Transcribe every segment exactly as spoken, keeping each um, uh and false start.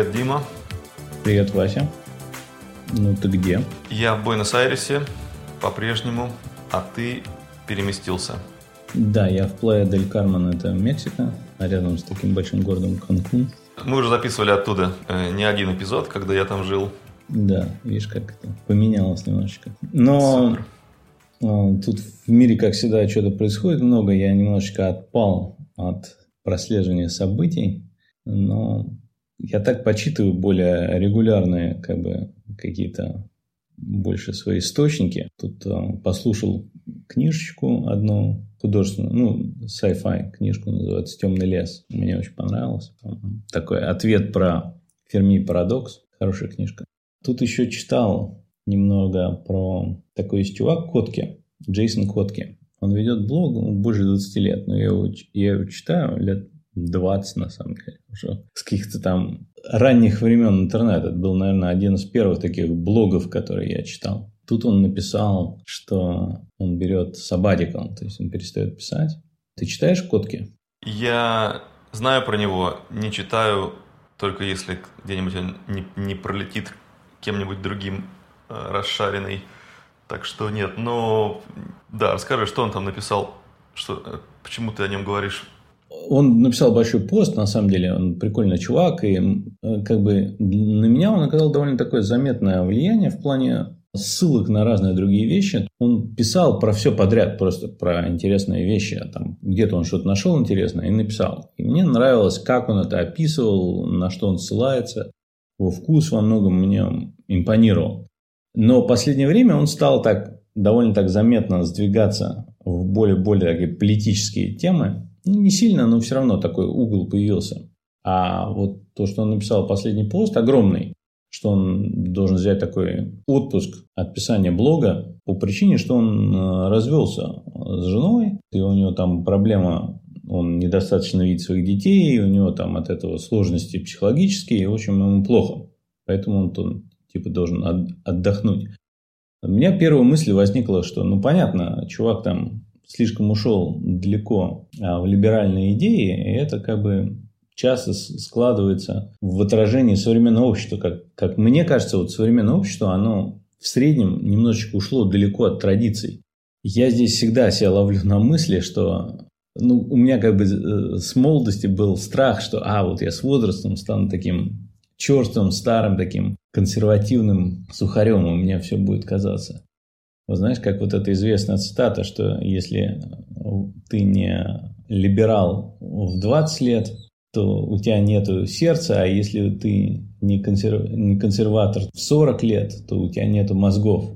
Привет, Дима. Привет, Вася. Ну, ты где? Я в Буэнос-Айресе по-прежнему, а ты переместился. Да, я в Плая-дель-Кармен, это Мексика, а рядом с таким большим городом Канкун. Мы уже записывали оттуда э, не один эпизод, когда я там жил. Да, видишь, как это поменялось немножечко. Но э, тут в мире, как всегда, что-то происходит много. Я немножечко отпал от прослеживания событий, но я так почитываю более регулярные, как бы, какие-то больше свои источники. Тут э, послушал книжечку одну художественную, ну, sci-fi книжку, называется «Темный лес». Мне очень понравилось. Такой ответ про Ферми парадокс. Хорошая книжка. Тут еще читал немного про такой есть чувак Котки, Джейсон Котки. Он ведет блог больше двадцати лет, но я его, я его читаю лет двадцать, на самом деле. Уже с каких-то там ранних времен интернета. Это был, наверное, один из первых таких блогов, которые я читал. Тут он написал, что он берет sabbatical, то есть он перестает писать. Ты читаешь Котки? Я знаю про него, не читаю, только если где-нибудь он не, не пролетит кем-нибудь другим э, расшаренный. Так что нет, но да, расскажи, что он там написал, что, почему ты о нем говоришь? Он написал большой пост, на самом деле, он прикольный чувак, и как бы на меня он оказал довольно такое заметное влияние в плане ссылок на разные другие вещи. Он писал про все подряд, просто про интересные вещи. Там, где-то он что-то нашел интересное и написал. И мне нравилось, как он это описывал, на что он ссылается. Его вкус во многом мне импонировал. Но в последнее время он стал так довольно так заметно сдвигаться в более-более такие политические темы. Ну, не сильно, но все равно такой угол появился. А вот то, что он написал последний пост, огромный, что он должен взять такой отпуск от писания блога по причине, что он развелся с женой, и у него там проблема, он недостаточно видит своих детей, и у него там от этого сложности психологические, и, в общем, ему плохо. Поэтому он, он типа должен отдохнуть. У меня первая мысль возникла, что, ну, понятно, чувак там слишком ушел далеко в либеральные идеи, и это как бы часто складывается в отражении современного общества. Как, как мне кажется, вот современное общество, оно в среднем немножечко ушло далеко от традиций. Я здесь всегда себя ловлю на мысли, что ну, у меня как бы с молодости был страх, что а, вот я с возрастом стану таким черствым, старым, таким консервативным сухарем, у меня все будет казаться. Вот знаешь, как вот эта известная цитата, что если ты не либерал в двадцать лет, то у тебя нету сердца, а если ты не, консерв... не консерватор в сорок лет, то у тебя нету мозгов.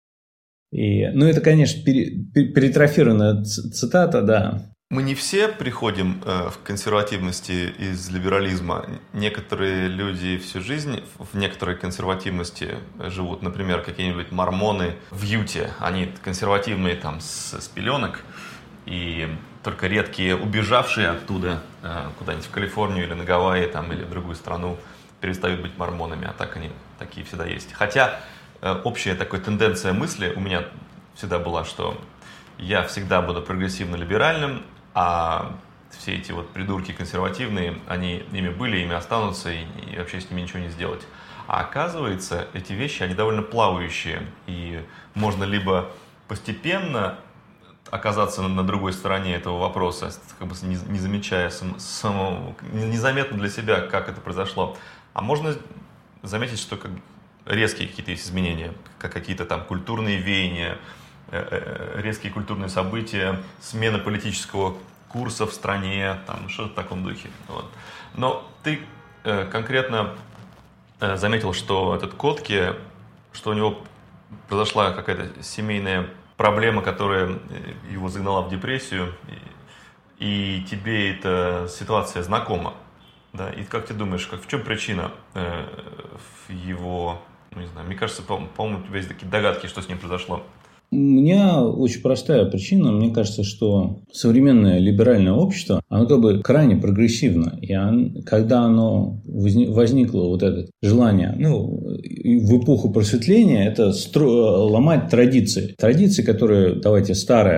И, ну, это, конечно, пере... перетрофированная цитата, да. Мы не все приходим э, в консервативности из либерализма. Некоторые люди всю жизнь в некоторой консервативности живут. Например, какие-нибудь мормоны в Юте. Они консервативные там с, с пеленок. И только редкие, убежавшие оттуда э, куда-нибудь в Калифорнию или на Гавайи там, или в другую страну, перестают быть мормонами. А так они такие всегда есть. Хотя э, общая такая тенденция мысли у меня всегда была, что я всегда буду прогрессивно-либеральным, а все эти вот придурки консервативные, они ими были, ими останутся, и, и вообще с ними ничего не сделать. А оказывается, эти вещи, они довольно плавающие, и можно либо постепенно оказаться на, на другой стороне этого вопроса, как бы не, не замечая сам, самого, незаметно для себя, как это произошло, а можно заметить, что как бы резкие какие-то есть изменения, как какие-то там культурные веяния, резкие культурные события, смена политического курса в стране, там что-то в таком духе. Вот. Но ты э, конкретно э, заметил, что этот Котки, что у него произошла какая-то семейная проблема, которая его загнала в депрессию, и, и тебе эта ситуация знакома. Да? И как ты думаешь, как, в чем причина э, в его, ну, не знаю, мне кажется, по- по-моему, у тебя есть такие догадки, что с ним произошло. У меня очень простая причина. Мне кажется, что современное либеральное общество, оно как бы крайне прогрессивно. И оно, когда оно возникло вот это желание, ну, в эпоху просветления, это стро... ломать традиции. Традиции, которые, давайте, старая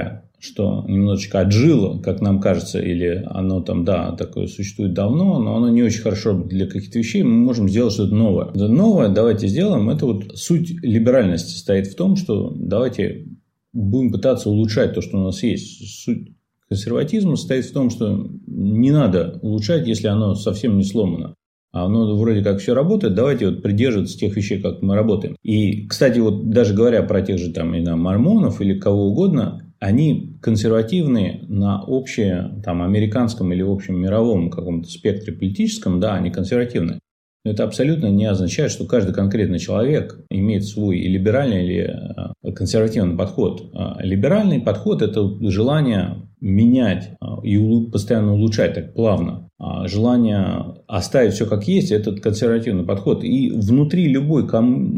что немножечко отжило, как нам кажется, или оно там, да, такое существует давно, но оно не очень хорошо для каких-то вещей, мы можем сделать что-то новое. Это новое давайте сделаем. Это вот суть либеральности состоит в том, что давайте будем пытаться улучшать то, что у нас есть. Суть консерватизма состоит в том, что не надо улучшать, если оно совсем не сломано. А оно вроде как все работает, давайте вот придерживаться тех вещей, как мы работаем. И, кстати, вот даже говоря про тех же там, знаю, мормонов или кого угодно, они консервативные на общем там, американском или общем мировом каком-то спектре политическом, да, они консервативные. Но это абсолютно не означает, что каждый конкретный человек имеет свой и либеральный, или консервативный подход. Либеральный подход – это желание менять и постоянно улучшать так плавно. А желание оставить все как есть – это консервативный подход. И внутри любой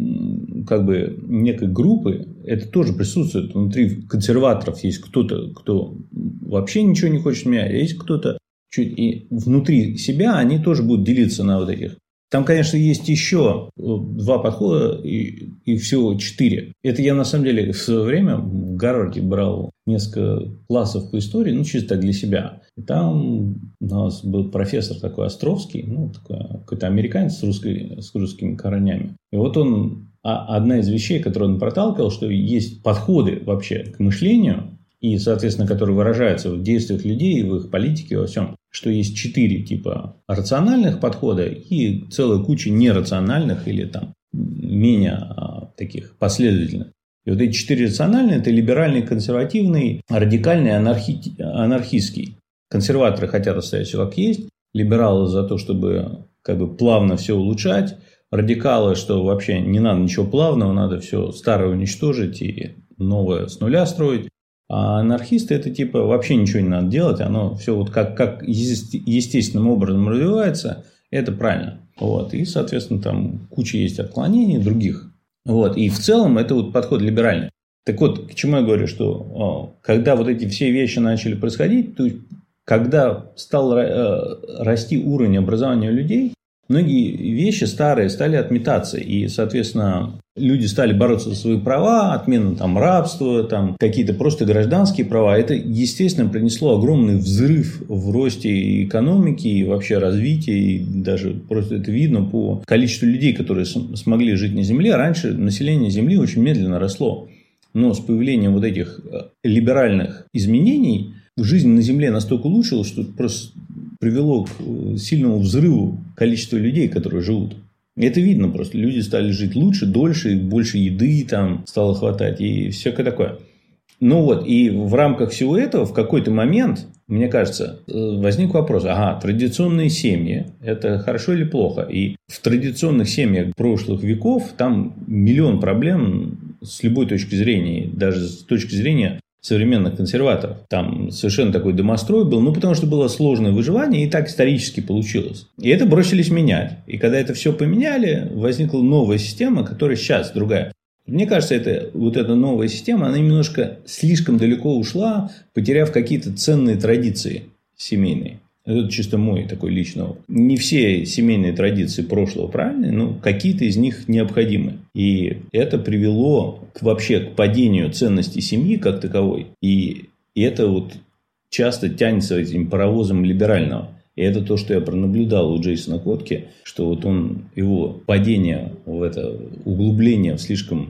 как бы, некой группы это тоже присутствует. Внутри консерваторов есть кто-то, кто вообще ничего не хочет менять, а есть кто-то чуть и внутри себя они тоже будут делиться на вот этих. Там, конечно, есть еще два подхода, и, и всего четыре. Это я, на самом деле, в свое время в Гарварде брал несколько классов по истории, ну, чисто для себя. И там у нас был профессор такой Островский, ну, такой, какой-то американец с, русской, с русскими коренями. И вот он, одна из вещей, которую он проталкивал, что есть подходы вообще к мышлению, и, соответственно, которые выражаются в действиях людей, в их политике, во всем, что есть четыре типа рациональных подхода и целая куча нерациональных или там менее а, таких последовательных. И вот эти четыре рациональные – это либеральный, консервативный, радикальный, анархи... анархистский. Консерваторы хотят оставить все как есть, либералы за то, чтобы как бы плавно все улучшать, радикалы, что вообще не надо ничего плавного, надо все старое уничтожить и новое с нуля строить. А анархисты – это типа вообще ничего не надо делать, оно все вот как, как естественным образом развивается, это правильно. Вот. И, соответственно, там куча есть отклонений других. Вот. И в целом это вот подход либеральный. Так вот, к чему я говорю, что о, когда вот эти все вещи начали происходить, то когда стал расти уровень образования людей, многие вещи старые стали отметаться, и, соответственно, люди стали бороться за свои права, отмена там, рабства, там, какие-то просто гражданские права. Это, естественно, принесло огромный взрыв в росте экономики и вообще развития, и даже просто это видно по количеству людей, которые смогли жить на Земле. Раньше население Земли очень медленно росло, но с появлением вот этих либеральных изменений жизнь на Земле настолько улучшилась, что просто привело к сильному взрыву количества людей, которые живут. Это видно просто. Люди стали жить лучше, дольше, больше еды там стало хватать и всякое такое. Ну вот, и в рамках всего этого в какой-то момент, мне кажется, возник вопрос. Ага, традиционные семьи – это хорошо или плохо? И в традиционных семьях прошлых веков там миллион проблем с любой точки зрения, даже с точки зрения современных консерваторов. Там совершенно такой домострой был, ну, потому что было сложное выживание, и так исторически получилось. И это бросились менять. И когда это все поменяли, возникла новая система, которая сейчас другая. Мне кажется, это, вот эта новая система, она немножко слишком далеко ушла, потеряв какие-то ценные традиции семейные. Это чисто мой такой личный опыт. Не все семейные традиции прошлого правильные, но какие-то из них необходимы. И это привело к, вообще к падению ценностей семьи как таковой. И это вот часто тянется этим паровозом либерального. И это то, что я пронаблюдал у Джейсона Котки, что вот он, его падение в это углубление в слишком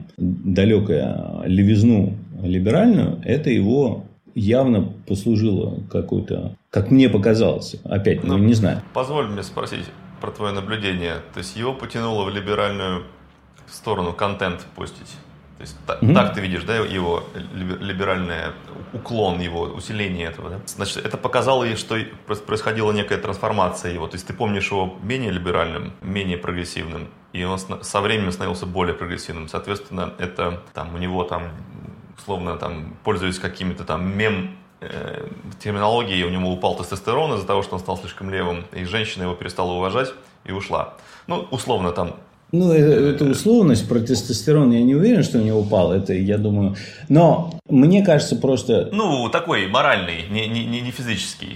далекое левизну либеральную, это его явно послужило какой-то, как мне показалось, опять, ну, не знаю. Позволь мне спросить про твое наблюдение. То есть, его потянуло в либеральную сторону контент постить? То есть, mm-hmm. так ты видишь, да, его либеральный уклон, его усиление этого, да? Значит, это показало ей, что происходила некая трансформация его. То есть, ты помнишь его менее либеральным, менее прогрессивным, и он со временем становился более прогрессивным. Соответственно, это там у него там условно, там, пользуясь какими-то там мем э, терминологией, у него упал тестостерон из-за того, что он стал слишком левым, и женщина его перестала уважать и ушла. Ну, условно там. Ну, это, это условность, про тестостерон я не уверен, что у него упал, это я думаю. Но мне кажется просто... Ну, такой моральный, не, не, не физический.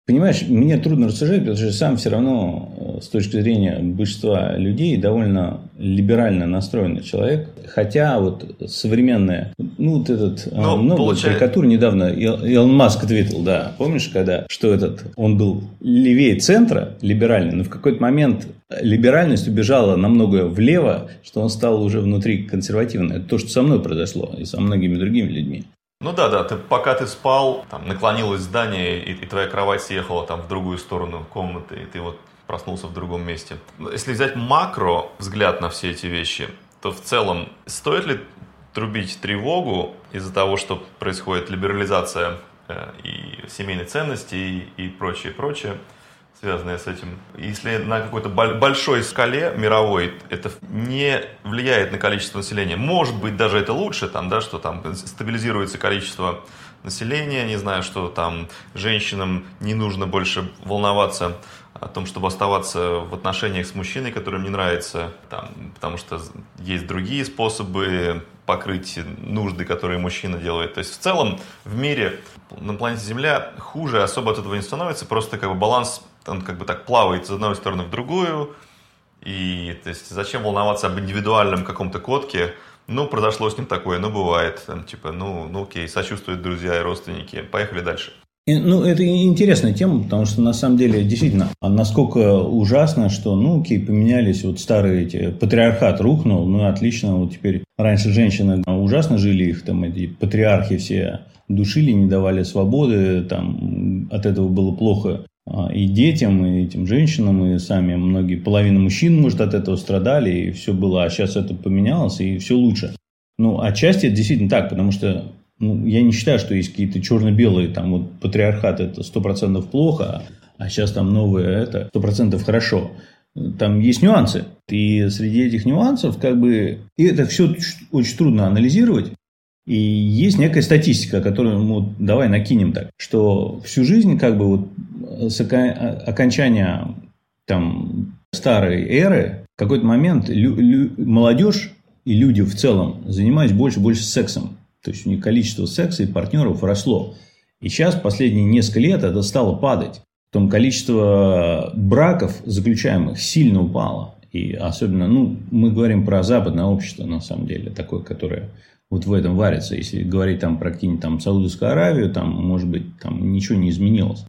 Понимаешь, мне трудно рассуждать, потому что сам все равно с точки зрения большинства людей довольно либерально настроенный человек. Хотя вот современная, ну вот этот, ну, много получается... карикатур недавно Илон Маск твитил, да, помнишь, когда, что этот, он был левее центра, либеральный, но в какой-то момент либеральность убежала намного влево, что он стал уже внутри консервативным. Это то, что со мной произошло и со многими другими людьми. Ну да, да, ты, пока ты спал, там, наклонилось здание, и, и твоя кровать съехала там, в другую сторону комнаты, и ты вот проснулся в другом месте. Если взять макро взгляд на все эти вещи, то в целом стоит ли трубить тревогу из-за того, что происходит либерализация э, и семейной ценности, и, и прочее, прочее, связанное с этим. Если на какой-то большой скале мировой это не влияет на количество населения, может быть, даже это лучше, там, да, что там стабилизируется количество населения, не знаю, что там женщинам не нужно больше волноваться о том, чтобы оставаться в отношениях с мужчиной, которым не нравится, там, потому что есть другие способы покрыть нужды, которые мужчина делает. То есть в целом в мире, на планете Земля, хуже особо от этого не становится, просто как бы баланс, он как бы так плавает с одной стороны в другую, и то есть зачем волноваться об индивидуальном каком-то котке, ну, произошло с ним такое, ну, бывает, там, типа, ну, ну, окей, сочувствуют друзья и родственники, поехали дальше. Ну, это интересная тема, потому что, на самом деле, действительно, насколько ужасно, что, ну, окей, поменялись вот старые эти, патриархат рухнул, ну, отлично, вот теперь раньше женщины ужасно жили, их там эти патриархи все душили, не давали свободы, там, от этого было плохо и детям, и этим женщинам, и сами многие, половина мужчин, может, от этого страдали, и все было, а сейчас это поменялось, и все лучше. Ну, отчасти это действительно так, потому что ну, я не считаю, что есть какие-то черно-белые, там, вот, патриархат это сто процентов плохо, а сейчас там новое это сто процентов хорошо. Там есть нюансы. И среди этих нюансов, как бы, и это все очень трудно анализировать. И есть некая статистика, которую мы давай накинем так, что всю жизнь, как бы, вот, с окончания там, старой эры, в какой-то момент лю- лю- молодежь и люди в целом занимались больше и больше сексом. То есть у них количество секса и партнеров росло. И сейчас, последние несколько лет, это стало падать. Потом количество браков заключаемых сильно упало. И особенно, ну, мы говорим про западное общество, на самом деле, такое, которое вот в этом варится. Если говорить там про какие-нибудь там Саудовскую Аравию, там, может быть, там ничего не изменилось.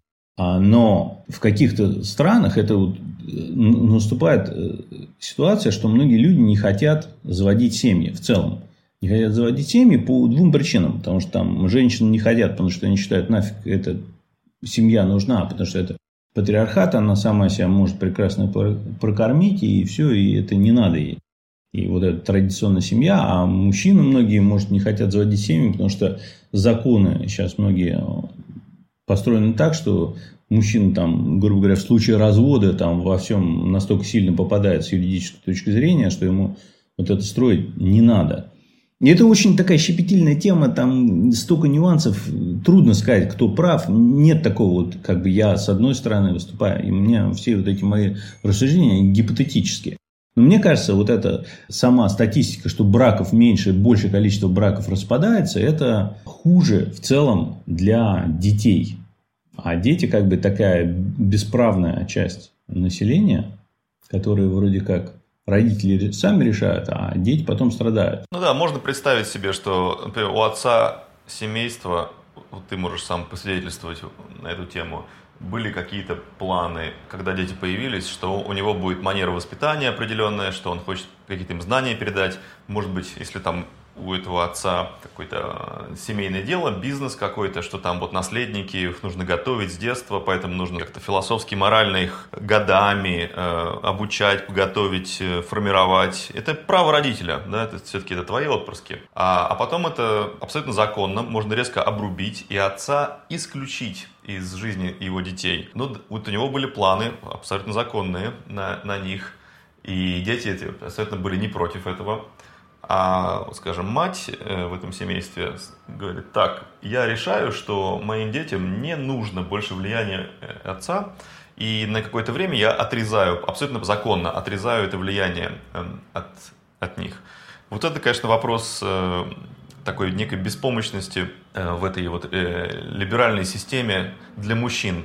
Но в каких-то странах это вот наступает ситуация, что многие люди не хотят заводить семьи в целом. Не хотят заводить семьи по двум причинам. Потому что там женщины не хотят, потому что они считают, нафиг эта семья нужна, потому что это патриархат, она сама себя может прекрасно прокормить, и все, и это не надо ей. И вот эта традиционная семья, а мужчины многие, может, не хотят заводить семьи, потому что законы сейчас многие построены так, что мужчина, там, грубо говоря, в случае развода там, во всем настолько сильно попадает с юридической точки зрения, что ему вот это строить не надо. И это очень такая щепетильная тема, там столько нюансов, трудно сказать, кто прав. Нет такого, вот, как бы я с одной стороны выступаю, и у меня все вот эти мои рассуждения гипотетические. Но мне кажется, вот эта сама статистика, что браков меньше, большее количество браков распадается, это хуже в целом для детей. А дети как бы такая бесправная часть населения, которая вроде как родители сами решают, а дети потом страдают. Ну да, можно представить себе, что, например, у отца семейства, вот ты можешь сам посвидетельствовать на эту тему, были какие-то планы, когда дети появились, что у него будет манера воспитания определенная, что он хочет какие-то им знания передать. Может быть, если там у этого отца какое-то семейное дело, бизнес какой-то, что там вот наследники, их нужно готовить с детства, поэтому нужно как-то философски, морально их годами э, обучать, готовить, э, формировать. Это право родителя, да, это все-таки это твои отпрыски. А, а потом это абсолютно законно, можно резко обрубить и отца исключить из жизни его детей. Ну, вот у него были планы абсолютно законные на, на них, и дети эти абсолютно были не против этого. А, скажем, мать в этом семействе говорит: так, я решаю, что моим детям не нужно больше влияния отца, и на какое-то время я отрезаю, абсолютно законно отрезаю это влияние от, от них. Вот это, конечно, вопрос такой некой беспомощности в этой вот либеральной системе для мужчин.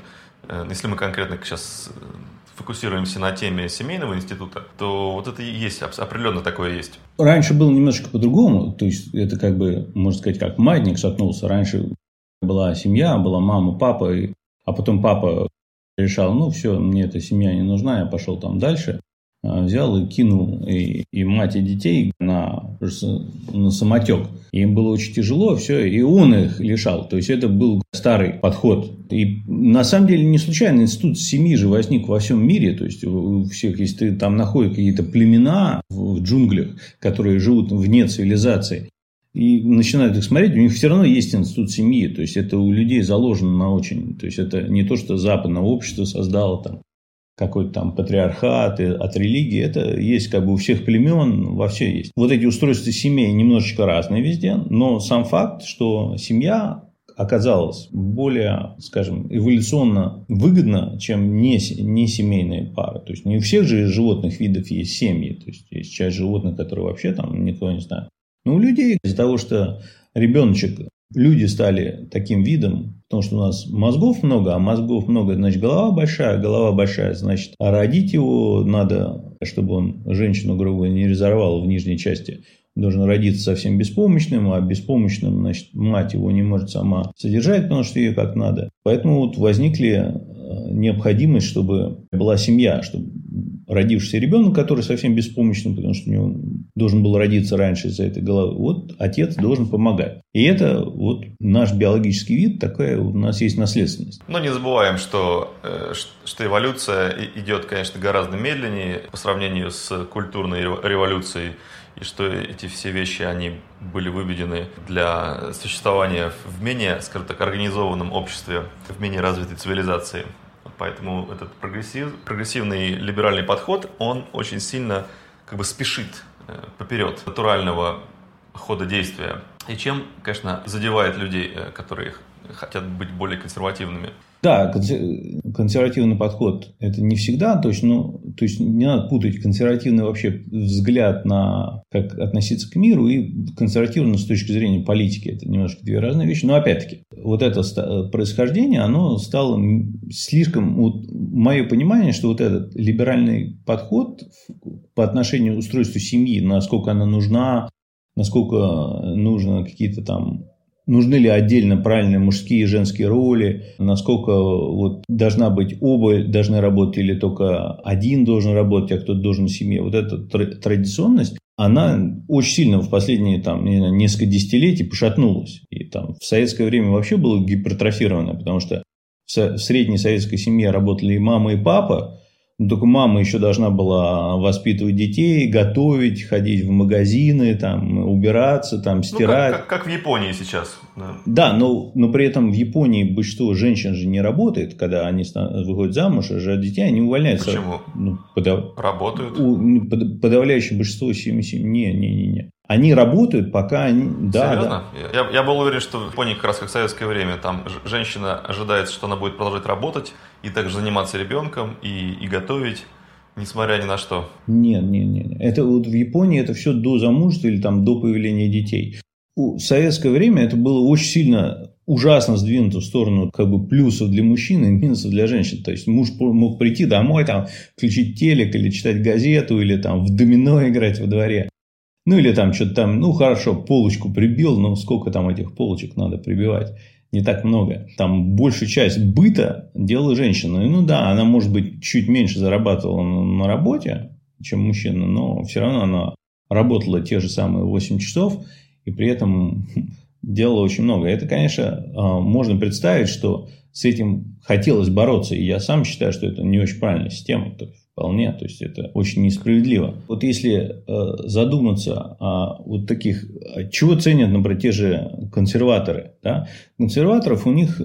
Если мы конкретно сейчас фокусируемся на теме семейного института, то вот это и есть, определенно такое есть. Раньше было немножечко по-другому. То есть, это как бы, можно сказать, как маятник шатнулся. Раньше была семья, была мама, папа, а потом папа решал, ну, все, мне эта семья не нужна, я пошел там дальше. Взял и кинул и, и мать, и детей на, на самотек. Им было очень тяжело, все, и он их лишал. То есть, это был старый подход. И на самом деле не случайно институт семьи же возник во всем мире. То есть, у всех, если ты там находишь какие-то племена в джунглях, которые живут вне цивилизации, и начинают их смотреть, у них все равно есть институт семьи. То есть, это у людей заложено на очень. То есть, это не то, что западное общество создало там какой-то там патриархат от религии, это есть как бы у всех племен, во все есть. Вот эти устройства семей немножечко разные везде, но сам факт, что семья оказалась более, скажем, эволюционно выгодна, чем не, не семейные пары. То есть, не у всех же животных видов есть семьи, то есть, есть часть животных, которые вообще там никто не знает. Но у людей из-за того, что ребеночек, люди стали таким видом, потому что у нас мозгов много, а мозгов много, значит, голова большая, голова большая, значит, а родить его надо, чтобы он женщину, грубо говоря, не разорвал в нижней части. Он должен родиться совсем беспомощным, а беспомощным, значит, мать его не может сама содержать, потому что ее как надо. Поэтому вот возникли необходимость, чтобы была семья, чтобы родившийся ребенок, который совсем беспомощный, потому что у него должен был родиться раньше из-за этой головы, вот отец должен помогать. И это вот наш биологический вид, такая у нас есть наследственность. Но не забываем, что, что эволюция идет, конечно, гораздо медленнее по сравнению с культурной революцией, и что эти все вещи, они были выведены для существования в менее, скажем так, организованном обществе, в менее развитой цивилизации. Поэтому этот прогрессив, прогрессивный либеральный подход, он очень сильно как бы спешит поперед натурального хода действия. И чем, конечно, задевает людей, которые хотят быть более консервативными. Да, консервативный подход – это не всегда точно, ну, то есть не надо путать консервативный вообще взгляд на как относиться к миру и консервативно с точки зрения политики. Это немножко две разные вещи. Но опять-таки, вот это происхождение, оно стало слишком… Вот, мое понимание, что вот этот либеральный подход по отношению к устройству семьи, насколько она нужна, насколько нужно какие-то там… Нужны ли отдельно правильные мужские и женские роли, насколько вот должна быть оба должны работать или только один должен работать, а кто-то должен в семье. Вот эта традиционность, она очень сильно в последние там, не знаю, несколько десятилетий пошатнулась. И там в советское время вообще было гипертрофировано, потому что в средней советской семье работали и мама, и папа. Но только мама еще должна была воспитывать детей, готовить, ходить в магазины, там, убираться, там, стирать. Ну, как, как, как в Японии сейчас. Да, да, но, но при этом в Японии большинство женщин же не работает, когда они выходят замуж, а рожают детей, они увольняются. Почему? Ну, подав... Работают. У, подавляющее большинство семей. Не, не, не, не. Они работают, пока они… Да, Серьезно? Да. Я, я был уверен, что в Японии как раз как в советское время там женщина ожидается, что она будет продолжать работать и также заниматься ребенком и, и готовить, несмотря ни на что. Нет, нет, нет. Это вот в Японии это все до замужества или там до появления детей. В советское время это было очень сильно ужасно сдвинуто в сторону как бы плюсов для мужчин и минусов для женщин. То есть муж мог прийти домой, там, включить телек или читать газету, или там в домино играть во дворе. Ну, или там что-то там, ну, хорошо, полочку прибил, но сколько там этих полочек надо прибивать? Не так много. Там большую часть быта делала женщина. И, ну, да, она, может быть, чуть меньше зарабатывала на работе, чем мужчина, но все равно она работала те же самые восемь часов и при этом делала очень много. Это, конечно, можно представить, что с этим хотелось бороться. И я сам считаю, что это не очень правильная система. Вполне, то есть это очень несправедливо. Вот если э, задуматься о вот таких, чего ценят, например, те же консерваторы, да? Консерваторов у них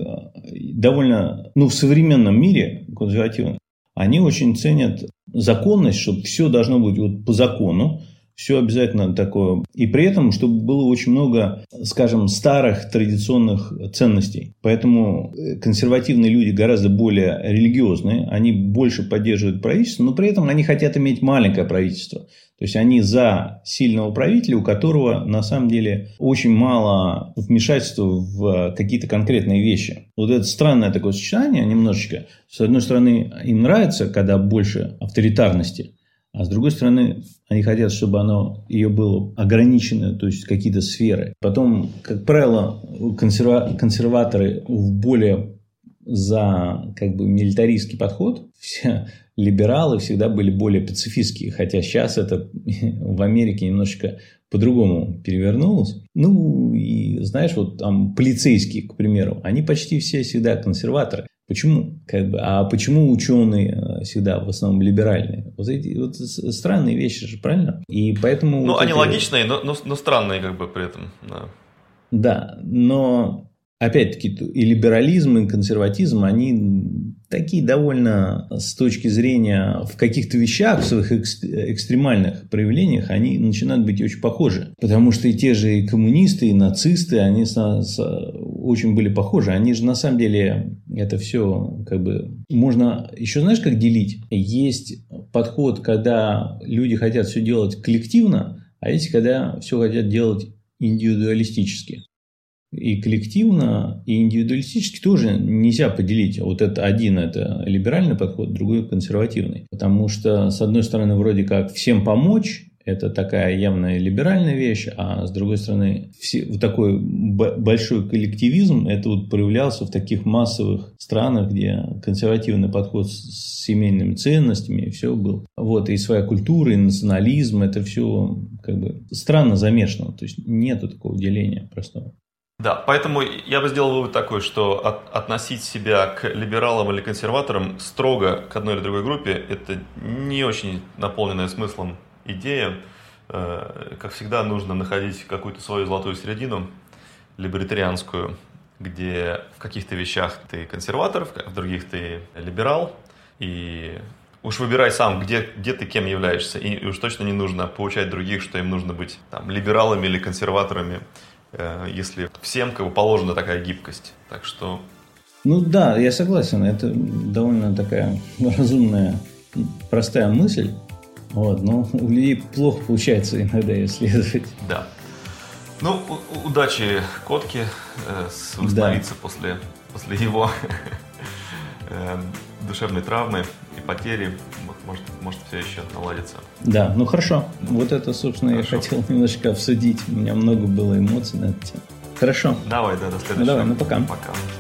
довольно, ну, в современном мире консервативных, они очень ценят законность, что все должно быть вот по закону, Все обязательно такое. И при этом, чтобы было очень много, скажем, старых традиционных ценностей. Поэтому консервативные люди гораздо более религиозные. Они больше поддерживают правительство, но при этом они хотят иметь маленькое правительство. То есть они за сильного правителя, у которого на самом деле очень мало вмешательства в какие-то конкретные вещи. Вот это странное такое сочетание немножечко. С одной стороны, им нравится, когда больше авторитарности. А с другой стороны, они хотят, чтобы оно, ее было ограничено, то есть какие-то сферы. Потом, как правило, консерва- консерваторы в более за как бы милитаристский подход. Все либералы всегда были более пацифистские. Хотя сейчас это в Америке немножечко по-другому перевернулось. Ну, и знаешь, вот там полицейские, к примеру, они почти все всегда консерваторы. Почему? Как бы, а почему ученые всегда в основном либеральные? Вот эти вот странные вещи же, правильно? И поэтому... Ну, вот они эти... логичные, но, но, но странные как бы при этом. Да, да, но опять-таки и либерализм, и консерватизм, они такие довольно с точки зрения в каких-то вещах, в своих экстремальных проявлениях, они начинают быть очень похожи. Потому что и те же и коммунисты, и нацисты, они с, с, очень были похожи. Они же на самом деле это все как бы... Можно еще знаешь, как делить? Есть подход, когда люди хотят все делать коллективно, а есть, когда все хотят делать индивидуалистически. И коллективно, и индивидуалистически тоже нельзя поделить. Вот это один – это либеральный подход, другой – консервативный. Потому что, с одной стороны, вроде как всем помочь – это такая явная либеральная вещь, а с другой стороны, все, вот такой большой коллективизм – это вот проявлялся в таких массовых странах, где консервативный подход с семейными ценностями, и все был. Вот, и своя культура, и национализм – это все как бы странно замешано. То есть, нету такого деления простого. Да, поэтому я бы сделал вывод такой, что от, относить себя к либералам или консерваторам строго к одной или другой группе – это не очень наполненная смыслом идея. Э, как всегда, нужно находить какую-то свою золотую середину, либертарианскую, где в каких-то вещах ты консерватор, в других ты либерал. И уж выбирай сам, где, где ты кем являешься. И уж точно не нужно поучать других, что им нужно быть там, либералами или консерваторами, если всем как бы положена такая гибкость. Так что... Ну да, я согласен. Это довольно такая разумная, простая мысль. Вот, но у людей плохо получается иногда ее следовать. Да. Ну, у- удачи Котке э, восстановиться да. после, после его э, душевной травмы и потери. Может, может все еще наладится. Да, ну хорошо. Вот это, собственно, хорошо. Я хотел немножко обсудить. У меня много было эмоций на эту тему. Хорошо. Давай, да, до следующего. Ну, давай, ну пока. Пока.